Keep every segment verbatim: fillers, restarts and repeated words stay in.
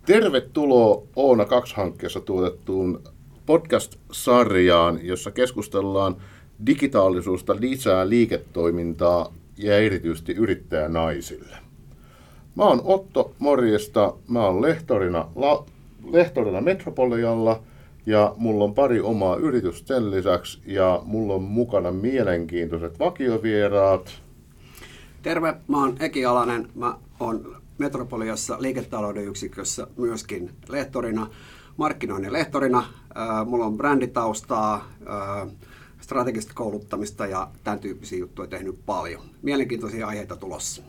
Tervetuloa Oona kaksi-hankkeessa tuotettuun podcast-sarjaan, jossa keskustellaan digitaalisuudesta lisää liiketoimintaa ja erityisesti yrittäjänaisille. Mä oon Otto, morjesta. Mä oon lehtorina, la, lehtorina Metropolialla ja mulla on pari omaa yritystä sen lisäksi ja mulla on mukana mielenkiintoiset vakiovieraat. Terve, mä oon Eki Alanen. Mä oon Metropoliassa liiketalouden yksikössä myöskin lehtorina, markkinoinnin lehtorina. Mulla on bränditaustaa, strategista kouluttamista ja tämän tyyppisiä juttuja tehnyt paljon. Mielenkiintoisia aiheita tulossa.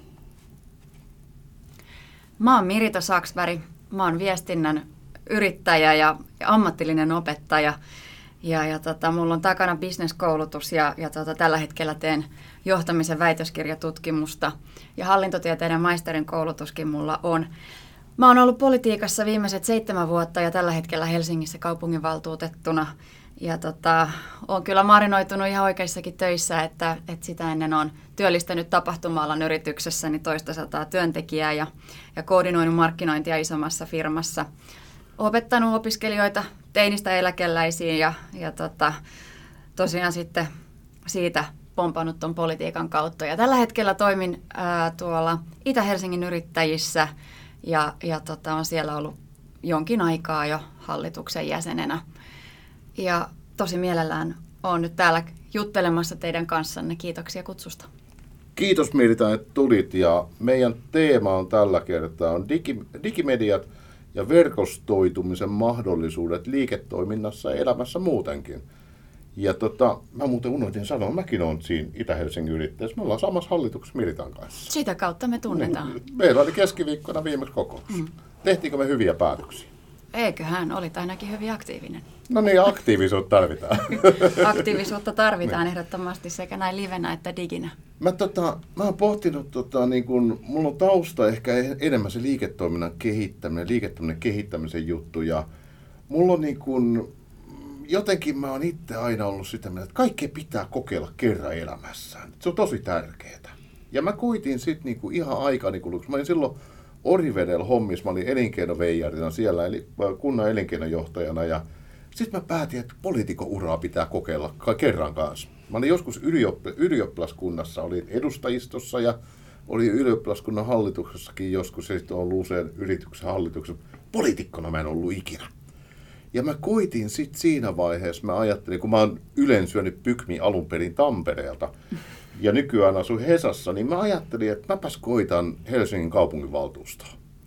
Mä oon Mirita Saksberg. Mä oon viestinnän yrittäjä ja ammatillinen opettaja. Ja, ja tota, mulla on takana business-koulutus ja, ja tota, tällä hetkellä teen johtamisen väitöskirjatutkimusta. Ja hallintotieteiden maisterin koulutuskin mulla on. Mä oon ollut politiikassa viimeiset seitsemän vuotta ja tällä hetkellä Helsingissä kaupunginvaltuutettuna. Ja tota, oon kyllä marinoitunut ihan oikeissakin töissä, että, että sitä ennen on työllistänyt tapahtuma-alan yrityksessäni toista sataa työntekijää ja, ja koordinoinut markkinointia isommassa firmassa. Opettanut opiskelijoita teinistä eläkeläisiin ja, ja tota, tosiaan sitten siitä pompannut tuon politiikan kautta. Ja tällä hetkellä toimin ää, tuolla Itä-Helsingin yrittäjissä ja, ja tota, on siellä ollut jonkin aikaa jo hallituksen jäsenenä. Ja tosi mielellään olen nyt täällä juttelemassa teidän kanssanne. Kiitoksia kutsusta. Kiitos Mirita, että tulit. Ja meidän teema on tällä kertaa on digi, digimediat ja verkostoitumisen mahdollisuudet liiketoiminnassa ja elämässä muutenkin. Ja tota, mä muuten unohdin sanoa, mäkin olen siinä Itä-Helsingin yrittäjässä. Me ollaan samassa hallituksessa Miritan kanssa. Sitä kautta me tunnetaan. Niin, meillä oli keskiviikkona viimeksi kokous. Mm. Tehtiinkö me hyviä päätöksiä? Eiköhän, olit ainakin hyvin aktiivinen. No niin, aktiivisuutta tarvitaan. Aktiivisuutta tarvitaan ehdottomasti sekä näin livenä että diginä. Mä, tota, mä oon pohtinut, tota, niin kun, mulla on tausta ehkä enemmän se liiketoiminnan kehittäminen, liiketoiminnan kehittämisen juttu. Ja mulla on niin kun, jotenkin mä oon itse aina ollut sitä mieltä, että kaikkea pitää kokeilla kerran elämässään. Se on tosi tärkeää. Ja mä koitin sitten niin ihan aikani kuluksi. Mä olin silloin Orivedellä hommissa, mä olin elinkeinoveijarina siellä, eli kunnan elinkeinojohtajana. Ja sitten mä päätin, että poliitikouraa pitää kokeilla kerran kanssa. Mä olin joskus ylioppi- ylioppilaskunnassa, olin edustajistossa ja olin ylioppilaskunnan hallituksessakin joskus. Ja sitten olen ollut usein yrityksen hallituksen. Poliitikkona mä en ollut ikinä. Ja mä koitin sitten siinä vaiheessa, mä ajattelin, kun mä oon ylen syönyt pykmi alun perin Tampereelta ja nykyään asun Hesassa, niin mä ajattelin, että mäpäs koitan Helsingin kaupunginvaltuustoa.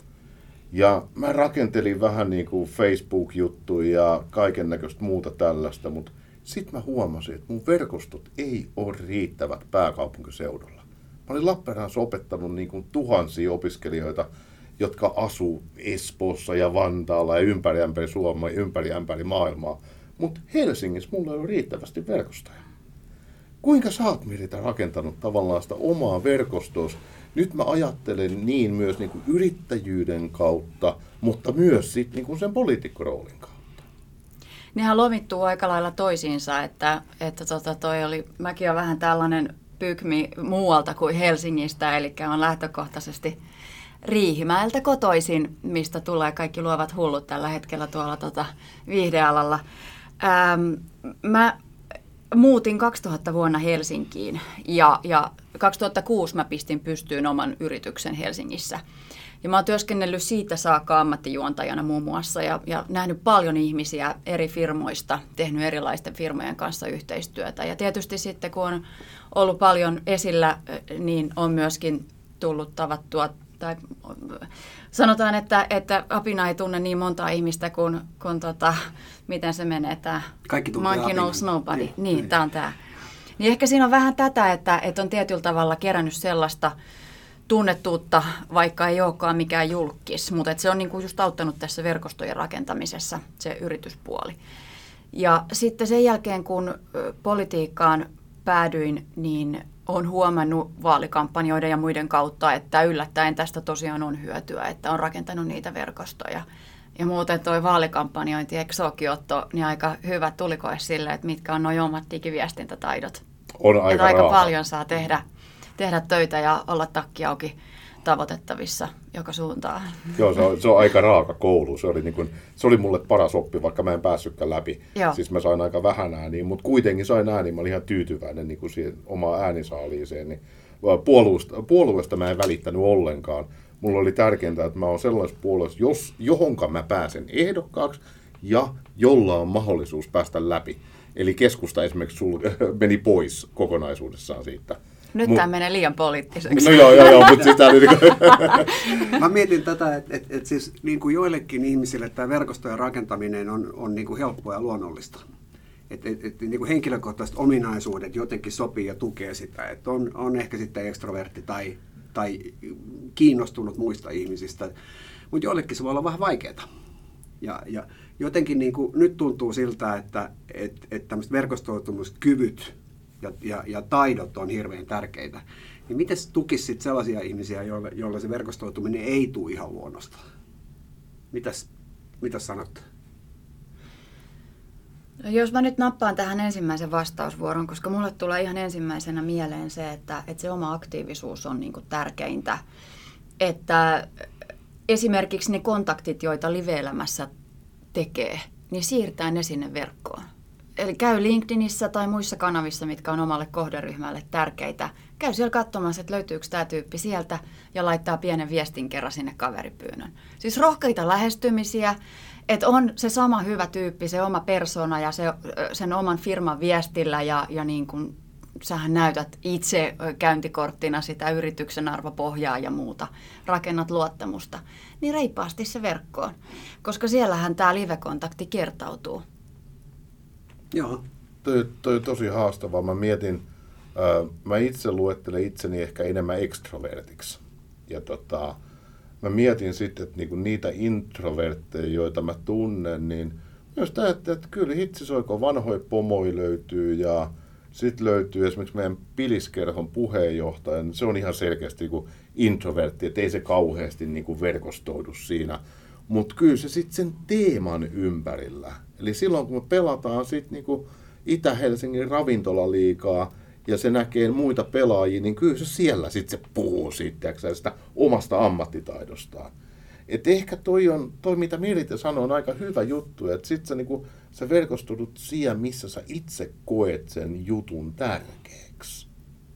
Ja mä rakentelin vähän niin kuin Facebook-juttuja ja kaiken näköistä muuta tällaista, mutta sitten mä huomasin, että mun verkostot ei ole riittävät pääkaupunkiseudulla. Mä olin Lappeenrannassa opettanut niin kuin tuhansia opiskelijoita, jotka asuu Espoossa ja Vantaalla ja ympäri ämpäri Suomea, ympäri ämpäri maailmaa. Mutta Helsingissä mulla ei ole riittävästi verkostoja. Kuinka sä oot, Mirita, rakentanut tavallaan sitä omaa verkostoa? Nyt mä ajattelen niin myös niin kuin yrittäjyyden kautta, mutta myös sit niin kuin sen poliitikkoroolin kautta. Nehän lomittuu aika lailla toisiinsa, että, että tota toi oli, mäkin olen vähän tällainen pykmi muualta kuin Helsingistä, eli on lähtökohtaisesti Riihimäeltä kotoisin, mistä tulee kaikki luovat hullut tällä hetkellä tuolla tota, viihdealalla. Ähm, mä muutin kaksituhatta vuonna Helsinkiin ja, ja kaksituhattakuusi mä pistin pystyyn oman yrityksen Helsingissä. Ja mä oon työskennellyt siitä saakka ammattijuontajana muun muassa ja, ja nähnyt paljon ihmisiä eri firmoista, tehnyt erilaisten firmojen kanssa yhteistyötä. Ja tietysti sitten kun on ollut paljon esillä, niin on myöskin tullut tavattua tai sanotaan, että, että apina ei tunne niin montaa ihmistä kuin, kuin tota, miten se menee, tämä Monkey Knows Nobody. Niin, niin, niin. Tämä on tämä. Niin ehkä siinä on vähän tätä, että, että on tietyllä tavalla kerännyt sellaista tunnettuutta, vaikka ei olekaan mikään julkis, mutta että se on niinku just auttanut tässä verkostojen rakentamisessa, se yrityspuoli. Ja sitten sen jälkeen, kun politiikkaan päädyin, niin olen huomannut vaalikampanjoiden ja muiden kautta, että yllättäen tästä tosiaan on hyötyä, että on rakentanut niitä verkostoja. Ja muuten tuo vaalikampanjointi, eikö sekin Otto, niin aika hyvä tulikoe sille, että mitkä on nuo omat digiviestintätaidot. On aika, aika paljon saa tehdä, tehdä töitä ja olla takki auki tavoitettavissa joka suuntaan. Joo, se on, se on aika raaka koulu. Se oli, niin kuin, se oli mulle paras oppi, vaikka mä en päässytkään läpi. Joo. Siis mä sain aika vähän ääniä, mutta kuitenkin sain ääniä. Mä olin ihan tyytyväinen niin kuin siihen omaan äänisaaliiseen. Niin puolueesta, puolueesta mä en välittänyt ollenkaan. Mulla oli tärkeintä, että mä oon sellaisessa puolueessa, jos, johonka mä pääsen ehdokkaaksi ja jolla on mahdollisuus päästä läpi. Eli keskusta esimerkiksi sul, meni pois kokonaisuudessaan siitä. Nyt Mut, tämä menee liian poliittiseksi. No joo, joo, joo mutta sitä niin kuin... Mä mietin tätä, että et, et siis niin kuin joillekin ihmisille tämä verkostojen rakentaminen on, on niin kuin helppoa ja luonnollista. Että et, et, niin kuin henkilökohtaiset ominaisuudet jotenkin sopii ja tukee sitä. Että on, on ehkä sitten ekstrovertti tai, tai kiinnostunut muista ihmisistä. Mutta joillekin se voi olla vähän vaikeaa. Ja, ja jotenkin niin kuin nyt tuntuu siltä, että et, et tämmöiset verkostoitumuskyvyt ja, ja, ja taidot on hirveän tärkeitä. Niin miten tukisi sit sellaisia ihmisiä, joille, joille se verkostoituminen ei tule ihan luonnosta? Mitäs, mitäs sanot? No jos mä nyt nappaan tähän ensimmäisen vastausvuoron, koska mulle tulee ihan ensimmäisenä mieleen se, että, että se oma aktiivisuus on niin kuin tärkeintä. Että esimerkiksi ne kontaktit, joita live-elämässä tekee, niin siirtää ne sinne verkkoon. Eli käy LinkedInissä tai muissa kanavissa, mitkä on omalle kohderyhmälle tärkeitä. Käy siellä katsomassa, että löytyykö tämä tyyppi sieltä ja laittaa pienen viestin kerran sinne kaveripyynnön. Siis rohkeita lähestymisiä, että on se sama hyvä tyyppi, se oma persona ja se, sen oman firman viestillä ja, ja niin kuin sähän näytät itse käyntikorttina sitä yrityksen arvopohjaa ja muuta, rakennat luottamusta, niin reippaasti se verkkoon, koska siellähän tämä live-kontakti kertautuu. Joo. Toi, toi on tosi haastavaa. Mä mietin, äh, mä itse luettelen itseni ehkä enemmän ekstrovertiksi. Ja tota, mä mietin sitten, että niinku niitä introvertteja, joita mä tunnen, niin myös tämä, että, että kyllä hitsisoiko vanhoja pomoja löytyy ja sitten löytyy esimerkiksi meidän Piliskerhon puheenjohtaja, niin se on ihan selkeästi niinku introvertti, että ei se kauheasti niinku verkostoidu siinä. Mutta kyllä se sitten sen teeman ympärillä. Eli silloin kun me pelataan sitten niinku Itä-Helsingin ravintolaliigaa ja se näkee muita pelaajia, niin kyllä se siellä sitten se puhuu siitä, sitä omasta ammattitaidostaan. Et ehkä toi, on, toi mitä Mirita sanoi, on aika hyvä juttu, että sitten sä, niinku, sä verkostudut siihen, missä sä itse koet sen jutun tärkeäksi.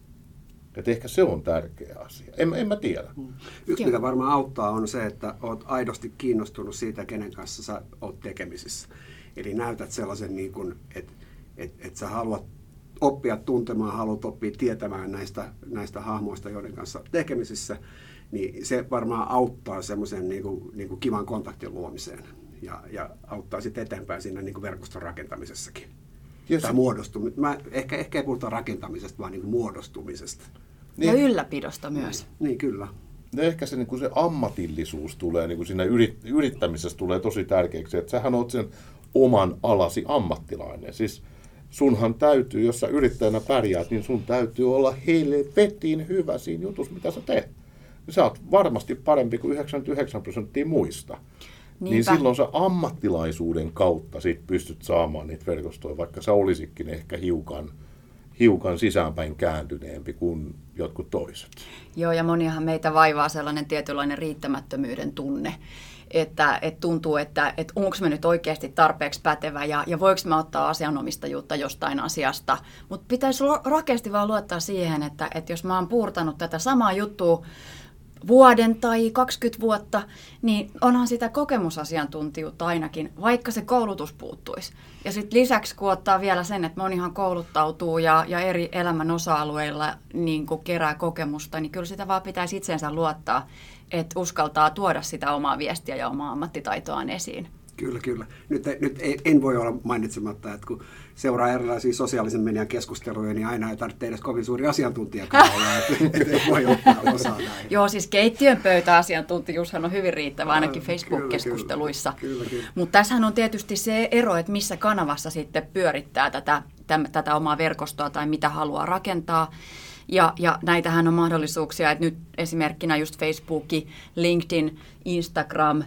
Et ehkä se on tärkeä asia. En, en mä tiedä. Yksi, mikä varmaan auttaa, on se, että oot aidosti kiinnostunut siitä, kenen kanssa sä oot tekemisissä. Eli näytät sellaisen, niin kuin, että et, et sä haluat oppia tuntemaan, haluat oppia tietämään näistä, näistä hahmoista, joiden kanssa tekemisissä, niin se varmaan auttaa semmoisen niin kuin, niin kuin kivan kontaktin luomiseen ja, ja auttaa sitten eteenpäin siinä niin kuin verkoston rakentamisessakin. Yes. Tai muodostumisesta. Mä ehkä, ehkä ei puhuta rakentamisesta, vaan niin kuin muodostumisesta. Ja niin, ylläpidosta myös. Niin, niin kyllä. Ja ehkä se, niin kuin se ammatillisuus tulee, niin kuin siinä yrit, yrittämisessä tulee tosi tärkeäksi, että sähän oot sen oman alasi ammattilainen. Siis sunhan täytyy, jos sä yrittäjänä pärjäät, niin sun täytyy olla helvetin hyvä siinä jutussa, mitä sä teet. Sä oot varmasti parempi kuin yhdeksänkymmentäyhdeksän prosenttia muista. Niinpä. Niin silloin sä ammattilaisuuden kautta sit pystyt saamaan niitä verkostoja, vaikka sä olisitkin ehkä hiukan, hiukan sisäänpäin kääntyneempi kuin jotkut toiset. Joo, ja moniahan meitä vaivaa sellainen tietynlainen riittämättömyyden tunne, että, että tuntuu, että, että onko mä nyt oikeasti tarpeeksi pätevä ja, ja voiko mä ottaa asianomistajuutta jostain asiasta. Mutta pitäisi rohkeasti vaan luottaa siihen, että, että jos mä oon puurtanut tätä samaa juttua vuoden tai kaksikymmentä vuotta, niin onhan sitä kokemusasiantuntijuutta ainakin, vaikka se koulutus puuttuisi. Ja sitten lisäksi, kun ottaa vielä sen, että monihan kouluttautuu ja, ja eri elämän osa-alueilla niin kun kerää kokemusta, niin kyllä sitä vaan pitäisi itsensä luottaa, että uskaltaa tuoda sitä omaa viestiä ja omaa ammattitaitoaan esiin. Kyllä, kyllä. Nyt, nyt en voi olla mainitsematta, että kun seuraa erilaisia sosiaalisen median keskusteluja, niin aina ei tarvitse edes kovin suuri asiantuntijakaan olla, että ei voi ottaa osaa näin. Joo, siis keittiön pöytäasiantuntijuushan on hyvin riittävä ainakin Facebook-keskusteluissa. Mutta tässähän on tietysti se ero, että missä kanavassa sitten pyörittää tätä, täm, tätä omaa verkostoa tai mitä haluaa rakentaa. Ja, ja näitähän on mahdollisuuksia, että nyt esimerkkinä just Facebook, LinkedIn, Instagram,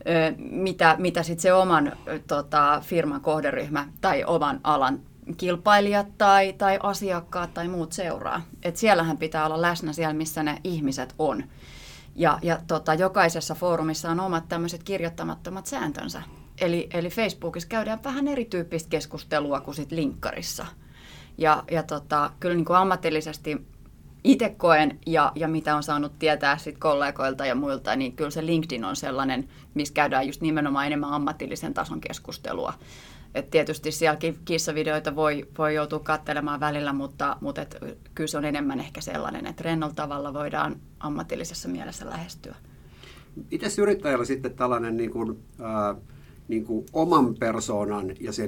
mitä, mitä sitten se oman tota, firman kohderyhmä tai oman alan kilpailijat tai, tai asiakkaat tai muut seuraa. Et siellähän pitää olla läsnä siellä, missä ne ihmiset on. Ja, ja tota, jokaisessa foorumissa on omat tämmöiset kirjoittamattomat sääntönsä. Eli, eli Facebookissa käydään vähän erityyppistä keskustelua kuin sit linkkarissa. Ja, ja tota, kyllä niin kuin ammatillisesti itse koen ja, ja mitä on saanut tietää sit kollegoilta ja muilta, niin kyllä se LinkedIn on sellainen, missä käydään just nimenomaan enemmän ammatillisen tason keskustelua. Et tietysti sielläkin kissavideoita voi, voi joutua katselemaan välillä, mutta, mutta et, kyllä se on enemmän ehkä sellainen, että rennolla tavalla voidaan ammatillisessa mielessä lähestyä. Mites yrittäjällä sitten tällainen niin kuin, äh, niin kuin oman persoonan ja sen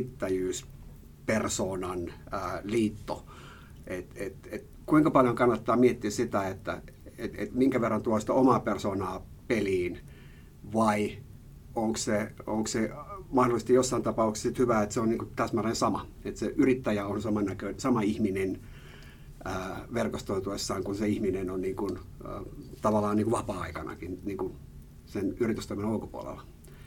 yrittäjyyspersoonan äh, liitto? Et, et, et, kuinka paljon kannattaa miettiä sitä, että et, et minkä verran tuo sitä omaa persoonaa peliin, vai onko se, onko se mahdollisesti jossain tapauksessa hyvä, että se on niin kuin täsmälleen sama, että se yrittäjä on samannäköinen, sama ihminen ää, verkostoituessaan, kun se ihminen on niin kuin, ää, tavallaan niin kuin vapaa-aikanakin niin kuin sen yritystoiminnan ulkopuolella.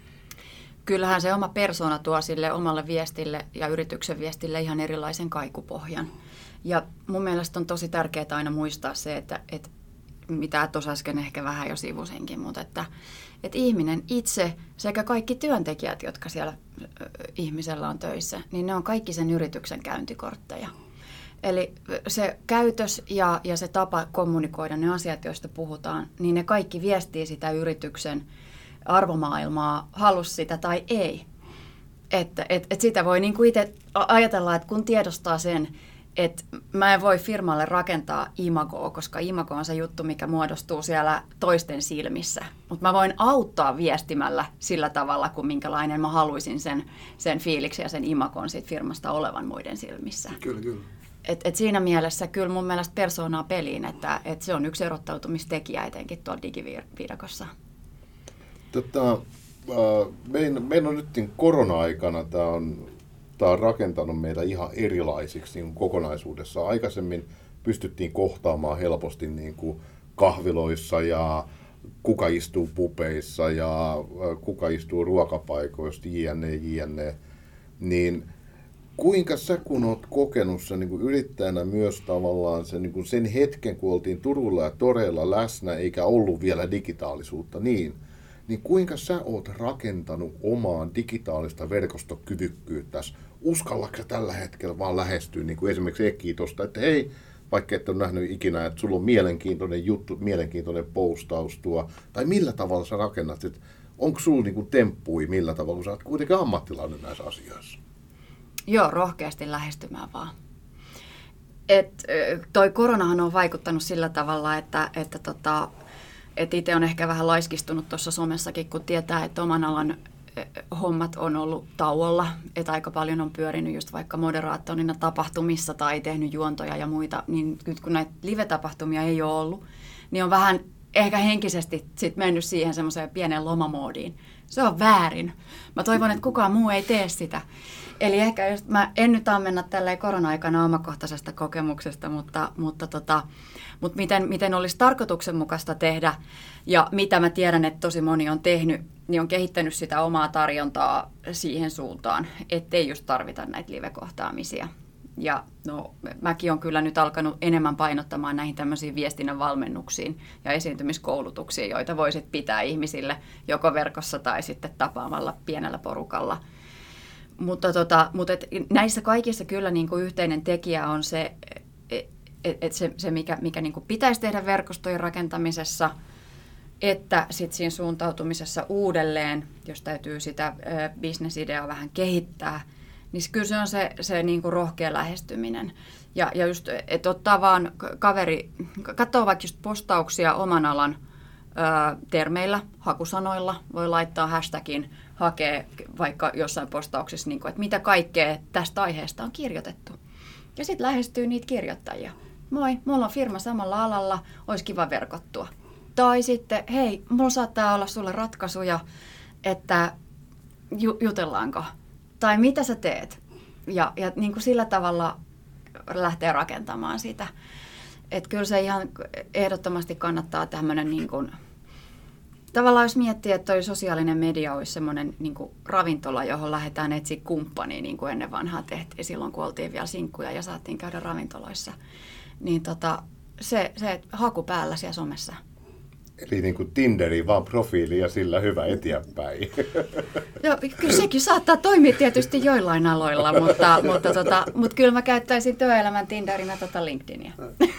Kyllähän se oma persoona tuo sille omalle viestille ja yrityksen viestille ihan erilaisen kaikupohjan. Ja mun mielestä on tosi tärkeää aina muistaa se, että, että mitä tuossa äsken ehkä vähän jo sivusinkin, mutta että, että ihminen itse sekä kaikki työntekijät, jotka siellä ihmisellä on töissä, niin ne on kaikki sen yrityksen käyntikortteja. Eli se käytös ja, ja se tapa kommunikoida ne asiat, joista puhutaan, niin ne kaikki viestii sitä yrityksen arvomaailmaa, halus sitä tai ei. Että et, et sitä voi niinku itse ajatella, että kun tiedostaa sen, että mä en voi firmalle rakentaa imagoa, koska imago on se juttu, mikä muodostuu siellä toisten silmissä. Mutta mä voin auttaa viestimällä sillä tavalla, kuin minkälainen mä haluaisin sen, sen fiiliksi ja sen imagon siitä firmasta olevan muiden silmissä. Kyllä, kyllä. Et, et siinä mielessä kyllä mun mielestä persoonaa peliin, että et se on yksi erottautumistekijä etenkin tuolla digiviidakossa. Tota, meillä mein on nyt korona-aikana, tämä on, tää on rakentanut meitä ihan erilaisiksi niin kokonaisuudessa. Aikaisemmin pystyttiin kohtaamaan helposti niin kuin kahviloissa ja kuka istuu pubeissa ja kuka istuu ruokapaikoista, jne, jne. Niin kuinka sä, kun oot kokenut sen niin kuin yrittäjänä myös tavallaan sen, niin kuin sen hetken, kun oltiin Turulla ja toreilla läsnä, eikä ollut vielä digitaalisuutta niin, niin kuinka sä oot rakentanut omaa digitaalista verkostokyvykkyyttäsi? Uskallatko tällä hetkellä vaan lähestyä, niin kuin esimerkiksi Eki tuosta, että hei, vaikka et ole nähnyt ikinä, että sulla on mielenkiintoinen juttu, mielenkiintoinen postaus tuo, tai millä tavalla sä rakennat, että onko sulla niin kuin temppui, millä tavalla, kun sä oot kuitenkin ammattilainen näissä asioissa? Joo, rohkeasti lähestymään vaan. Et, toi koronahan on vaikuttanut sillä tavalla, että, että tota, et itse on ehkä vähän laiskistunut tuossa somessakin, kun tietää, että oman alan hommat on ollut tauolla. Että aika paljon on pyörinyt just vaikka moderaattorina tapahtumissa tai tehnyt juontoja ja muita. Niin nyt kun näitä live-tapahtumia ei ole ollut, niin on vähän ehkä henkisesti sit mennyt siihen semmoiseen pieneen lomamoodiin. Se on väärin. Mä toivon, että kukaan muu ei tee sitä. Eli ehkä just, mä en nyt ammenna tälleen korona-aikana omakohtaisesta kokemuksesta, mutta, mutta, tota, mutta miten, miten olisi tarkoituksenmukaista tehdä ja mitä mä tiedän, että tosi moni on tehnyt, niin on kehittänyt sitä omaa tarjontaa siihen suuntaan, ettei just tarvita näitä live-kohtaamisia. Ja no, mäkin olen kyllä nyt alkanut enemmän painottamaan näihin tämmöisiin viestinnän valmennuksiin ja esiintymiskoulutuksiin, joita voisit pitää ihmisille joko verkossa tai sitten tapaamalla pienellä porukalla. Mutta, tota, mutta et näissä kaikissa kyllä niin kuin yhteinen tekijä on se, että et se, se mikä, mikä niin kuin pitäisi tehdä verkostojen rakentamisessa, että sit siinä suuntautumisessa uudelleen, jos täytyy sitä ö, bisnesideaa vähän kehittää, niin kyllä se on se, se niin kuin rohkea lähestyminen. Ja, ja just, että ottaa vaan kaveri, katsoo vaikka just postauksia oman alan ö, termeillä, hakusanoilla, voi laittaa hashtagin, hakee vaikka jossain postauksessa, niin kuin, että mitä kaikkea tästä aiheesta on kirjoitettu. Ja sitten lähestyy niitä kirjoittajia. Moi, mulla on firma samalla alalla, olisi kiva verkottua. Tai sitten, hei, mulla saattaa olla sulle ratkaisuja, että ju- jutellaanko? Tai mitä sä teet? Ja, ja niin kuin sillä tavalla lähtee rakentamaan sitä. Että kyllä se ihan ehdottomasti kannattaa tämmöinen, niin kuin, tavallaan jos miettii, että toi sosiaalinen media olisi semmoinen niin kuin ravintola, johon lähdetään etsiä kumppania, niin kuin ennen vanhaa tehtiin silloin, kun oltiin vielä sinkkuja ja saatiin käydä ravintoloissa. Niin tota, se, se haku päällä siellä somessa. Eli niin kuin Tinderi, vaan profiili ja sillä hyvä eteenpäin. Joo, kyllä sekin saattaa toimia tietysti joillain aloilla, mutta, mutta, tota, mutta kyllä mä käyttäisin työelämän Tinderinä tota LinkedInia.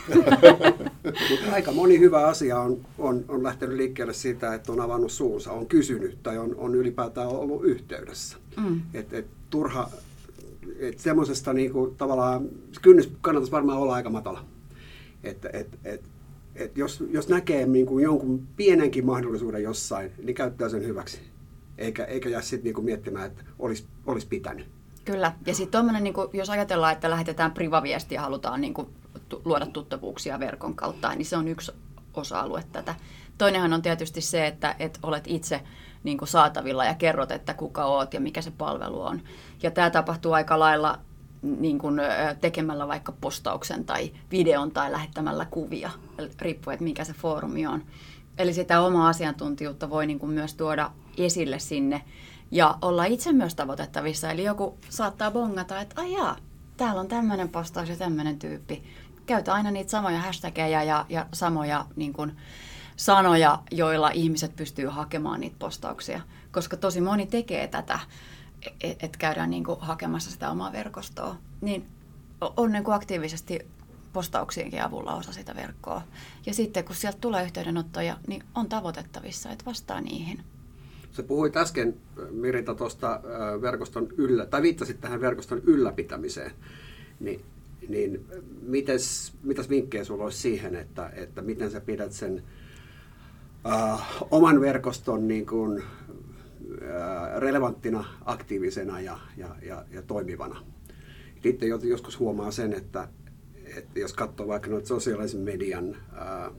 Aika moni hyvä asia on, on, on lähtenyt liikkeelle siitä, että on avannut suunsa, on kysynyt tai on, on ylipäätään ollut yhteydessä. Mm. Et, et, turha, et semmoisesta niinku, tavallaan, kynnys kannattaisi varmaan olla aika matala. Et, et, et, et jos, jos näkee niinku jonkun pienenkin mahdollisuuden jossain, niin käyttää sen hyväksi. Eikä, eikä jää sitten niinku miettimään, että olisi olis pitänyt. Kyllä. Ja sitten tuommoinen, niinku, jos ajatellaan, että lähetetään privaviestiä ja halutaan niinku, luoda tuttavuuksia verkon kautta, niin se on yksi osa-alue tätä. Toinenhan on tietysti se, että et olet itse niinku, saatavilla ja kerrot, että kuka oot ja mikä se palvelu on. Ja tämä tapahtuu aika lailla niin kuin tekemällä vaikka postauksen tai videon tai lähettämällä kuvia, riippuen, että mikä se foorumi on. Eli sitä omaa asiantuntijuutta voi niin kuin myös tuoda esille sinne ja olla itse myös tavoitettavissa. Eli joku saattaa bongata, että ai jaa, täällä on tämmöinen postaus ja tämmöinen tyyppi. Käytä aina niitä samoja hashtageja ja, ja samoja niin kuin sanoja, joilla ihmiset pystyy hakemaan niitä postauksia, koska tosi moni tekee tätä. Että käydään niin kuin hakemassa sitä omaa verkostoa, niin on niin kuin aktiivisesti postauksienkin avulla osa sitä verkkoa. Ja sitten kun sieltä tulee yhteydenottoja, niin on tavoitettavissa, että vastaa niihin. Sä puhuit äsken, Mirita, tuosta verkoston yllä, tai viittasit tähän verkoston ylläpitämiseen. Ni, niin mites, mitäs vinkkejä sulla olisi siihen, että, että miten sä pidät sen uh, oman verkoston niin kuin relevanttina, aktiivisena ja, ja, ja, ja toimivana. Itse joskus huomaa sen, että, että jos katsoo vaikka noita sosiaalisen median, ää,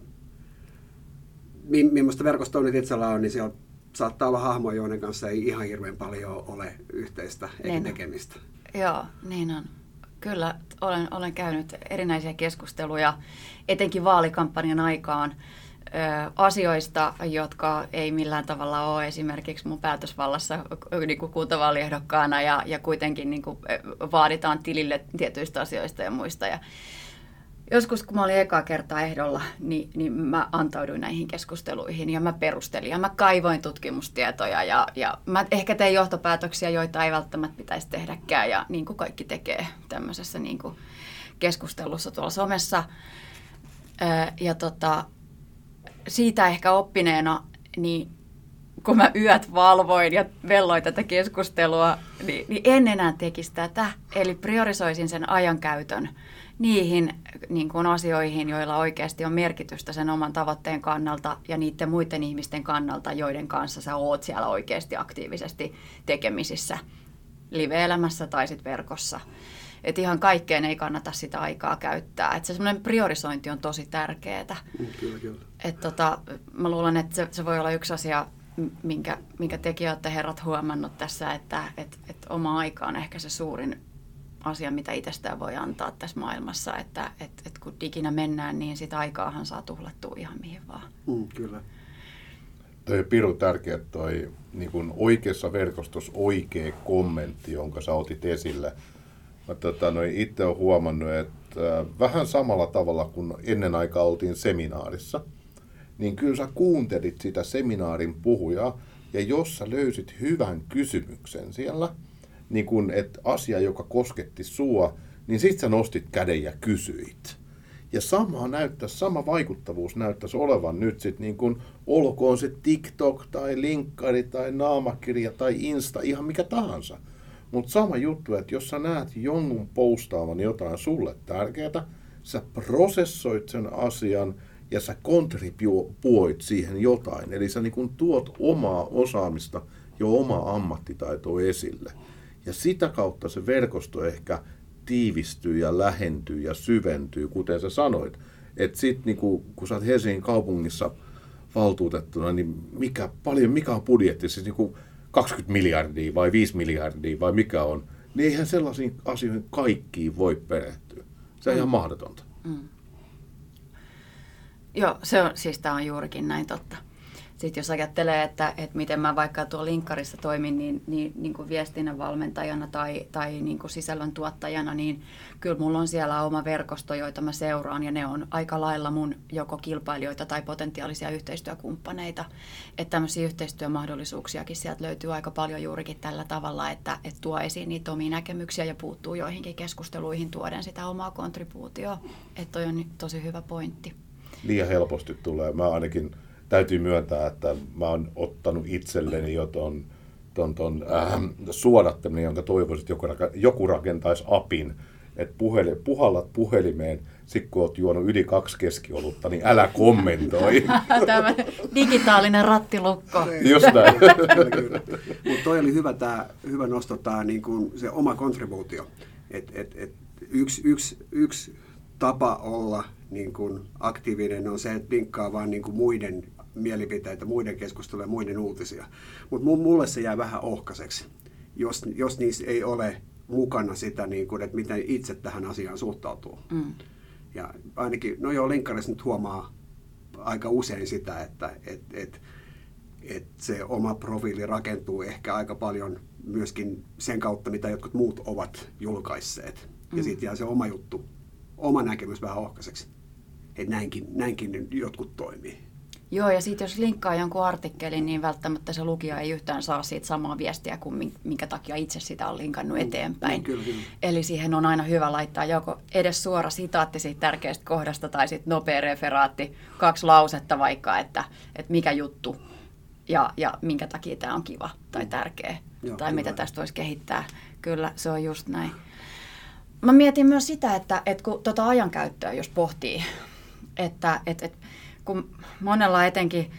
millaista verkostoa nyt itsellä on, niin siellä saattaa olla hahmoja, joiden kanssa ei ihan hirveän paljon ole yhteistä eikä niin tekemistä. Joo, niin on. Kyllä, olen, olen käynyt erinäisiä keskusteluja, etenkin vaalikampanjan aikaan, asioista, jotka ei millään tavalla ole esimerkiksi mun päätösvallassa niin kuin kuntavaaliehdokkaana ja, ja kuitenkin niin kuin vaaditaan tilille tietyistä asioista ja muista. Ja joskus kun mä olin ekaa kertaa ehdolla, niin, niin mä antauduin näihin keskusteluihin ja mä perustelin ja mä kaivoin tutkimustietoja ja, ja mä ehkä tein johtopäätöksiä, joita ei välttämättä pitäisi tehdäkään ja niin kuin kaikki tekee tämmöisessä niin kuin keskustelussa tuolla somessa. Ja tota, siitä ehkä oppineena, niin kun mä yöt valvoin ja velloin tätä keskustelua, niin, niin en enää tekisi tätä. Eli priorisoisin sen ajankäytön niihin niin kuin asioihin, joilla oikeasti on merkitystä sen oman tavoitteen kannalta ja niiden muiden ihmisten kannalta, joiden kanssa sä oot siellä oikeasti aktiivisesti tekemisissä live-elämässä tai sit verkossa. Että ihan kaikkeen ei kannata sitä aikaa käyttää. Että se semmoinen priorisointi on tosi tärkeää. Kyllä, kyllä. Et tota, mä luulen, että se, se voi olla yksi asia, minkä, minkä tekin olette herrat huomannut tässä, että et, et oma aika on ehkä se suurin asia, mitä itsestään voi antaa tässä maailmassa. Että et, et kun diginä mennään, niin sitä aikaahan saa tuhlattua ihan mihin vaan. Mm, kyllä. Toi on pirun tärkeä toi niin kun oikeassa verkostossa oikea kommentti, jonka sä otit esille. Mä tota, no, itse olen huomannut, että vähän samalla tavalla kuin ennen aikaa oltiin seminaarissa, niin kyllä sä kuuntelit sitä seminaarin puhujaa, ja jos sä löysit hyvän kysymyksen siellä, niin kun, että asia, joka kosketti sua, niin sit sä nostit käden ja kysyit. Ja sama näyttäisi, sama vaikuttavuus näyttäisi olevan nyt sit niin kun, olkoon se TikTok tai linkkari tai naamakirja tai Insta, ihan mikä tahansa. Mutta sama juttu, että jos sä näet jonkun postaavan jotain sulle tärkeää, sä prosessoit sen asian ja sä kontribuoit siihen jotain. Eli sä niin kun tuot omaa osaamista ja omaa ammattitaitoa esille. Ja sitä kautta se verkosto ehkä tiivistyy ja lähentyy ja syventyy, kuten sä sanoit. Että sit niin kun, kun sä oot Helsingin kaupungissa valtuutettuna, niin mikä, paljon, mikä on budjetti? Siis niin kun kaksikymmentä miljardia vai viisi miljardia vai mikä on, niin eihän sellaisiin asioihin kaikkiin voi perehtyä. Se on mm. ihan mahdotonta. Mm. Joo, se on, siis tämä on juurikin näin totta. Sitten jos ajattelee, että, että miten mä vaikka tuolla linkkarissa toimin niin, niin, niin kuin viestinnän valmentajana tai, tai niin kuin sisällön tuottajana, niin kyllä mulla on siellä oma verkosto, joita mä seuraan, ja ne on aika lailla mun joko kilpailijoita tai potentiaalisia yhteistyökumppaneita. Että tämmöisiä yhteistyömahdollisuuksiakin sieltä löytyy aika paljon juurikin tällä tavalla, että, että tuo esiin niitä omia näkemyksiä ja puuttuu joihinkin keskusteluihin tuoden sitä omaa kontribuutioa. Että toi on tosi hyvä pointti. Liian helposti tulee. Mä ainakin täytyy myöntää, että mä oon ottanut itselleni jo ton, ton, ton äh, suodattaminen, jonka toivoisin, että joku, joku rakentaisi apin, että puheli, puhallat puhelimeen, sit kun oot juonut yli kaksi keskiolutta, niin älä kommentoi. Tämä digitaalinen rattilukko. Just näin. Mutta toi oli hyvä, tää, hyvä nosto, tää, niin kun se oma kontribuutio. Et, et, et, yksi, yksi, yksi tapa olla niin kun aktiivinen on se, että linkkaa vaan niin kun muiden mielipiteitä, muiden keskusteluja, muiden uutisia. Mutta mulle se jää vähän ohkaiseksi, jos, jos niissä ei ole mukana sitä, niin kun, että miten itse tähän asiaan suhtautuu. Mm. Ja ainakin, no joo, linkkarissa nyt huomaa aika usein sitä, että et, et, et se oma profiili rakentuu ehkä aika paljon myöskin sen kautta, mitä jotkut muut ovat julkaisseet. Mm. Ja siitä jää se oma juttu, oma näkemys vähän ohkaiseksi. Että näinkin, näinkin jotkut toimii. Joo, ja sitten jos linkkaa jonkun artikkelin, niin välttämättä se lukija ei yhtään saa siitä samaa viestiä kuin minkä takia itse sitä on linkannut eteenpäin. Mm, kyllä, kyllä. Eli siihen on aina hyvä laittaa joko edes suora sitaatti siitä tärkeästä kohdasta tai sitten nopea referaatti, kaksi lausetta vaikka, että, että mikä juttu ja, ja minkä takia tämä on kiva tai tärkeä Joo, tai mitä tästä voisi kehittää. Kyllä, se on just näin. Mä mietin myös sitä, että, että kun tuota ajankäyttöä jos pohtii, että, että, että kun monella etenkin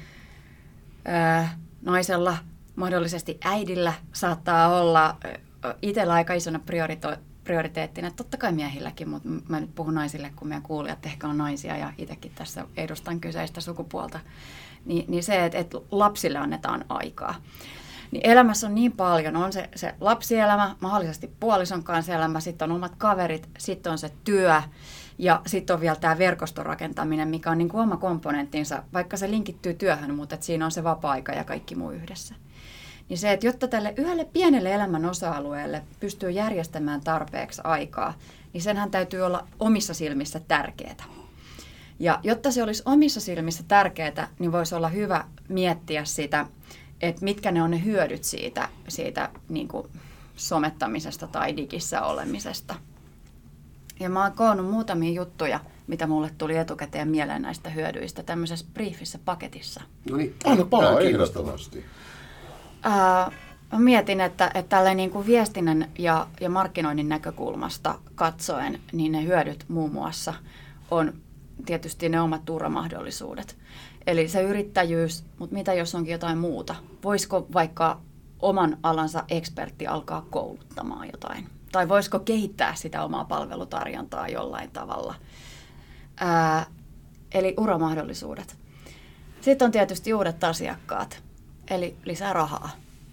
ää, naisella, mahdollisesti äidillä, saattaa olla itsellä aika isona priorito- prioriteettina. Totta kai miehilläkin, mutta mä nyt puhun naisille, kun meidän kuulijat ehkä on naisia ja itsekin tässä edustan kyseistä sukupuolta. Ni, niin se, että, että lapsille annetaan aikaa. Niin elämässä on niin paljon, on se, se lapsielämä, mahdollisesti puolison kanssa elämä, sitten on omat kaverit, sitten on se työ ja sitten on vielä tämä verkostorakentaminen, mikä on niin kuin oma komponenttinsa, vaikka se linkittyy työhön, mutta että siinä on se vapaa-aika ja kaikki muu yhdessä. Niin se, että jotta tälle yhdelle pienelle elämän osa-alueelle pystyy järjestämään tarpeeksi aikaa, niin senhän täytyy olla omissa silmissä tärkeää. Ja jotta se olisi omissa silmissä tärkeää, niin voisi olla hyvä miettiä sitä, että mitkä ne on ne hyödyt siitä, siitä niin kuin somettamisesta tai digissä olemisesta. Ja mä oon koonnut muutamia juttuja, mitä mulle tuli etukäteen mieleen näistä hyödyistä tämmöisessä briefissä paketissa. No niin, anna palaa ehdottomasti. Ää, mä mietin, että, että tälleen niin kuin viestinnän ja, ja markkinoinnin näkökulmasta katsoen, niin ne hyödyt muun muassa on tietysti ne omat turvamahdollisuudet. Eli se yrittäjyys, mutta mitä jos onkin jotain muuta? Voisiko vaikka oman alansa ekspertti alkaa kouluttamaan jotain? Tai voisiko kehittää sitä omaa palvelutarjontaa jollain tavalla? Ää, eli uramahdollisuudet. Sitten on tietysti uudet asiakkaat, eli lisää rahaa.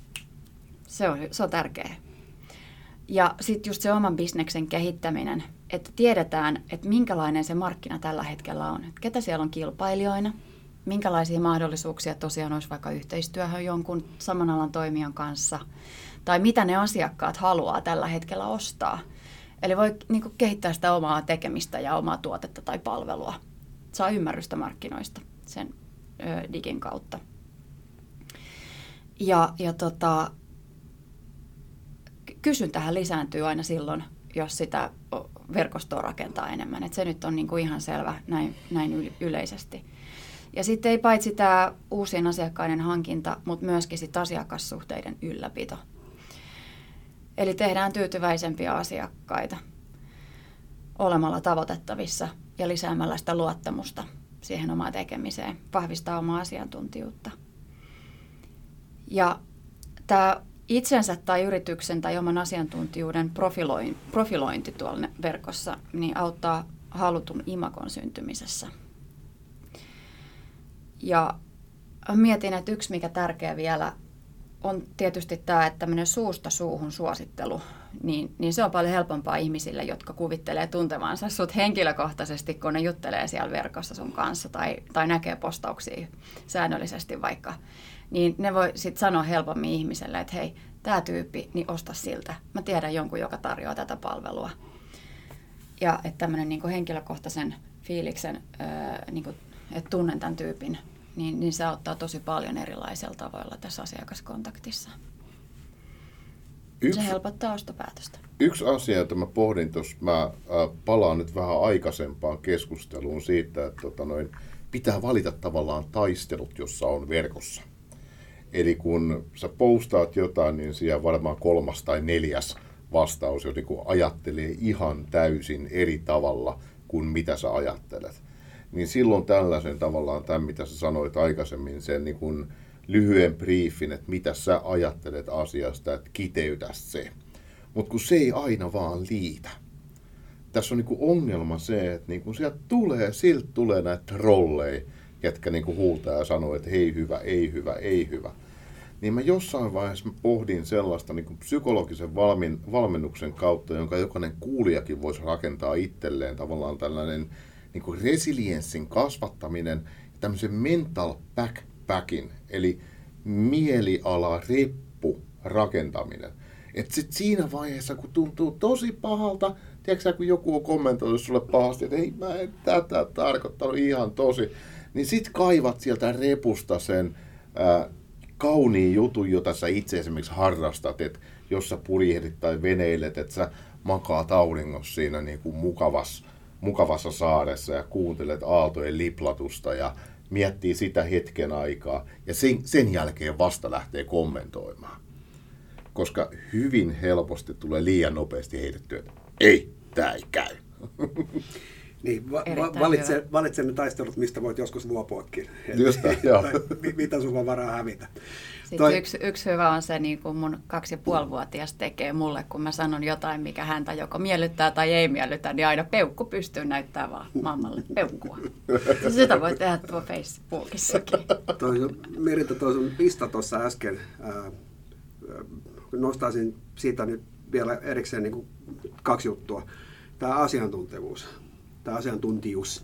Se on, se on tärkeää. Ja sitten just se oman bisneksen kehittäminen, että tiedetään, että minkälainen se markkina tällä hetkellä on. Että ketä siellä on kilpailijoina, minkälaisia mahdollisuuksia tosiaan olisi vaikka yhteistyöhön jonkun saman alan toimijan kanssa, tai mitä ne asiakkaat haluaa tällä hetkellä ostaa. Eli voi niin kuin kehittää sitä omaa tekemistä ja omaa tuotetta tai palvelua. Saa ymmärrystä markkinoista sen ö, digin kautta. Ja, ja tota, kysyntähän lisääntyy aina silloin, jos sitä verkostoa rakentaa enemmän. Et se nyt on niin kuin ihan selvä näin, näin yleisesti. Ja sitten ei paitsi tämä uusien asiakkaiden hankinta, mutta myöskin sit asiakassuhteiden ylläpito. Eli tehdään tyytyväisempiä asiakkaita olemalla tavoitettavissa ja lisäämällä sitä luottamusta siihen omaan tekemiseen, vahvistaa omaa asiantuntijuutta. Ja tämä itsensä tai yrityksen tai oman asiantuntijuuden profilointi tuolla verkossa niin auttaa halutun imagon syntymisessä. Ja mietin, että yksi mikä tärkeä vielä on tietysti tämä, että tämmöinen suusta suuhun suosittelu, niin, niin se on paljon helpompaa ihmisille, jotka kuvittelee tuntevansa sut henkilökohtaisesti, kun ne juttelee siellä verkossa sun kanssa tai, tai näkee postauksia säännöllisesti vaikka. Niin ne voi sitten sanoa helpommin ihmiselle, että hei, tämä tyyppi, niin osta siltä. Mä tiedän jonkun, joka tarjoaa tätä palvelua. Ja että tämmöinen niin kuin henkilökohtaisen fiiliksen, niin kuin, että tunnen tämän tyypin, niin, niin se auttaa tosi paljon erilaisilla tavoilla tässä asiakaskontaktissa. Yksi, se helpottaa ostopäätöstä. Yksi asia, jota mä pohdin tuossa, mä äh, palaan nyt vähän aikaisempaan keskusteluun siitä, että tota noin, pitää valita tavallaan taistelut, jossa on verkossa. Eli kun sä postaat jotain, niin siellä varmaan kolmas tai neljäs vastaus jo niin kuin ajattelee ihan täysin eri tavalla kuin mitä sä ajattelet. Niin silloin tällaisen tavallaan tämän, mitä sä sanoit aikaisemmin, sen niin kuin lyhyen briefin, että mitä sä ajattelet asiasta, että kiteytä se. Mutta kun se ei aina vaan liitä. Tässä on niin kuin ongelma se, että niin kuin sieltä tulee, siltä tulee näitä trolleja, ketkä niin kuin huutaa ja sanoo, että hei hyvä, ei hyvä, ei hyvä. Niin mä jossain vaiheessa pohdin sellaista niin kuin psykologisen valmin, valmennuksen kautta, jonka jokainen kuulijakin voisi rakentaa itselleen tavallaan tällainen niin kuin resilienssin kasvattaminen, tämmöisen mental backpackin, eli mielialareppu rakentaminen. Että sitten siinä vaiheessa, kun tuntuu tosi pahalta, tiedätkö kun joku on kommentoinut sulle pahasti, että ei mä en tätä tarkoittanut ihan tosi, niin sit kaivat sieltä repusta sen ää, kauniin jutun, jota sä itse esimerkiksi harrastat, että jos sä purjehdit tai veneilet, että sä makaat auringossa siinä niin kuin mukavassa, mukavassa saaressa ja kuuntelet aaltojen liplatusta ja miettii sitä hetken aikaa ja sen, sen jälkeen vasta lähtee kommentoimaan. Koska hyvin helposti tulee liian nopeasti heitettyä, että ei, tää ei käy. Niin, va- va- valitse, valitse ne taistelut, mistä voit joskus luopuakin. Just tai, joo. Mitä sulla on varaa hävitä. Sitten Toi... yksi, yksi hyvä on se, niin kuin mun kaksi ja puolivuotias tekee mulle, kun mä sanon jotain, mikä häntä joko miellyttää tai ei miellytä, niin aina peukku pystyy näyttää vaan mammalle peukkua. Sitä voi tehdä tuo Facebookissakin. Toi, Merita, toi sun lista tuossa äsken, ää, nostaisin siitä nyt vielä erikseen niin kuin kaksi juttua. Tämä asiantuntevuus, tämä asiantuntijuus,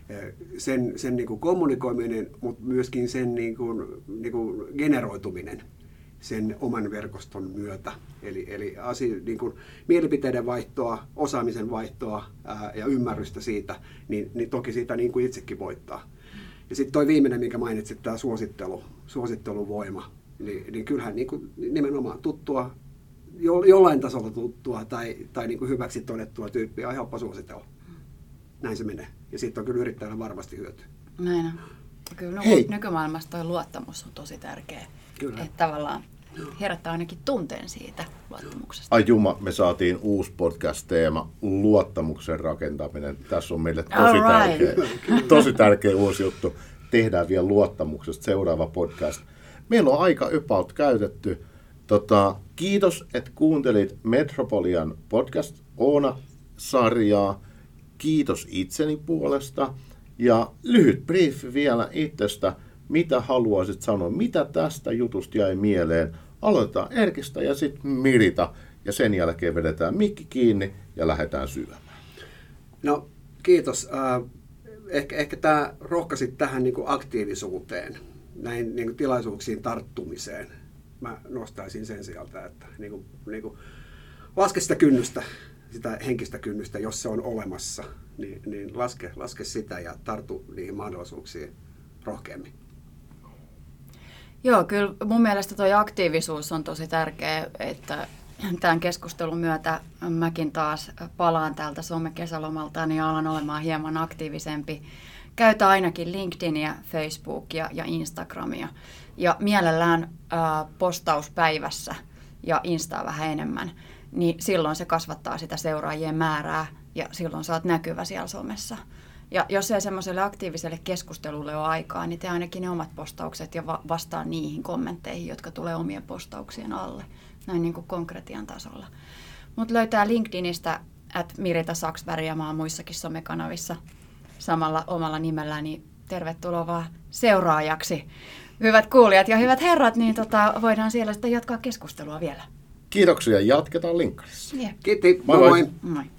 sen, sen niin kuin kommunikoiminen, mutta myöskin sen niin kuin, niin kuin generoituminen sen oman verkoston myötä. Eli, eli asia, niin kuin mielipiteiden vaihtoa, osaamisen vaihtoa ää, ja ymmärrystä siitä, niin, niin toki siitä niin kuin itsekin voittaa. Ja sitten toi viimeinen, minkä mainitsit, tämä suosittelu, suositteluvoima, niin, niin kyllähän niin kuin nimenomaan tuttua, jo, jollain tasolla tuttua tai, tai niin kuin hyväksi todettua tyyppiä on helppo suositella. Näin se menee. Ja siitä on kyllä yrittäjällä varmasti hyötyä. Näin on. Kyllä Hei. Nykymaailmassa tuo luottamus on tosi tärkeä. Kyllä. Että tavallaan herättää ainakin tunteen siitä luottamuksesta. Ai juma, me saatiin uusi podcast-teema, luottamuksen rakentaminen. Tässä on meille tosi tärkeä, tosi tärkeä uusi juttu. Tehdään vielä luottamuksesta seuraava podcast. Meillä on aika about käytetty. Tota, kiitos, että kuuntelit Metropolian podcast Oona-sarjaa. Kiitos itseni puolesta. Ja lyhyt briefi vielä itsestä. Mitä haluaisit sanoa? Mitä tästä jutusta jäi mieleen? Aloitetaan Erkistä ja sitten Mirita. Ja sen jälkeen vedetään mikki kiinni ja lähdetään syömään. No, kiitos. Äh, ehkä ehkä tämä rohkaisi tähän niin kuin aktiivisuuteen, näihin niin kuin tilaisuuksiin tarttumiseen. Mä nostaisin sen sieltä, että niin kuin, niin kuin laske sitä kynnystä, sitä henkistä kynnystä, jos se on olemassa, niin, niin laske, laske sitä ja tartu niihin mahdollisuuksiin rohkeammin. Joo, kyllä mun mielestä tuo aktiivisuus on tosi tärkeä, että tämän keskustelun myötä mäkin taas palaan täältä some-kesälomalta ja alan olemaan hieman aktiivisempi. Käytä ainakin LinkedInia, Facebookia ja Instagramia ja mielellään äh, postauspäivässä ja Instaa vähän enemmän, niin silloin se kasvattaa sitä seuraajien määrää ja silloin sä oot näkyvä siellä somessa. Ja jos ei semmoiselle aktiiviselle keskustelulle ole aikaa, niin tee ainakin ne omat postaukset ja va- vastaa niihin kommentteihin, jotka tulee omien postauksien alle, näin niin kuin konkretian tasolla. Mut löytää LinkedInistä at Mirita Saksberg ja mä oon muissakin somekanavissa samalla omalla nimellä, niin tervetuloa vaan seuraajaksi. hyvät kuulijat ja hyvät herrat, niin tota, voidaan siellä sitten jatkaa keskustelua vielä. Kiitoksia, jatketaan linkkarissa. Yeah. Kiitti, Moi moi moi. moi. Moi.